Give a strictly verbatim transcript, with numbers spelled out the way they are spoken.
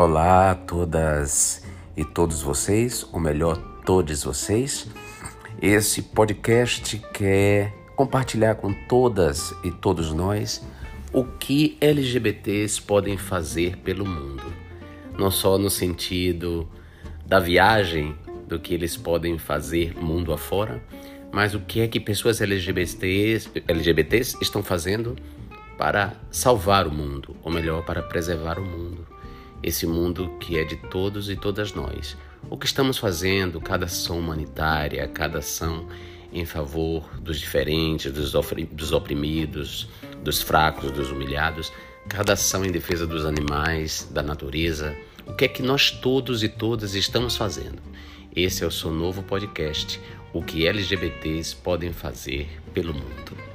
Olá a todas e todos vocês, ou melhor, todos vocês. Esse podcast quer compartilhar com todas e todos nós o que L G B Ts podem fazer pelo mundo. Não só no sentido da viagem, do que eles podem fazer mundo afora, mas o que é que pessoas L G B Ts, L G B Ts estão fazendo para salvar o mundo, ou melhor, para preservar o mundo. Esse mundo que é de todos e todas nós. O que estamos fazendo, cada ação humanitária, cada ação em favor dos diferentes, dos oprimidos, dos fracos, dos humilhados, cada ação em defesa dos animais, da natureza. O que é que nós todos e todas estamos fazendo? Esse é o seu novo podcast, o que L G B Ts podem fazer pelo mundo.